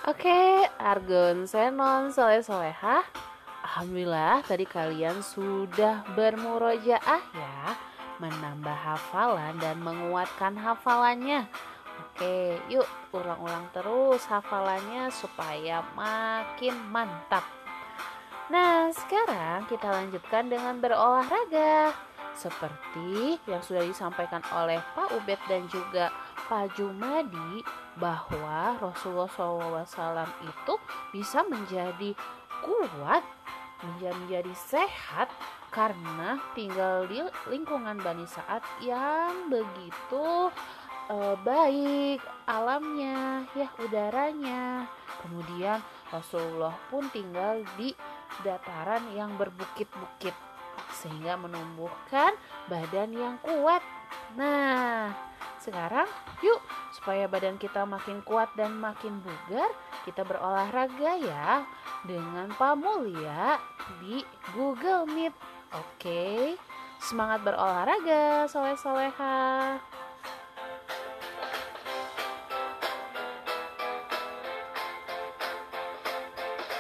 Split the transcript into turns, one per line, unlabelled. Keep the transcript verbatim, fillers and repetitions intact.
Oke, Argon Senon Soleh Solehah. Alhamdulillah tadi kalian sudah bermurojaah ya, menambah hafalan dan menguatkan hafalannya. Oke, yuk ulang-ulang terus hafalannya supaya makin mantap. Nah, sekarang kita lanjutkan dengan berolahraga. Seperti yang sudah disampaikan oleh Pak Ubed dan juga Pak Jumadi, bahwa Rasulullah shallallahu alaihi wasallam itu bisa menjadi kuat, menjadi sehat karena tinggal di lingkungan Bani Sa'ad yang begitu uh, baik alamnya, ya udaranya. Kemudian Rasulullah pun tinggal di dataran yang berbukit-bukit sehingga menumbuhkan badan yang kuat. Nah, sekarang yuk supaya badan kita makin kuat dan makin bugar, kita berolahraga ya dengan Pak Mulya di Google Meet. Oke, semangat berolahraga, soleh-soleha.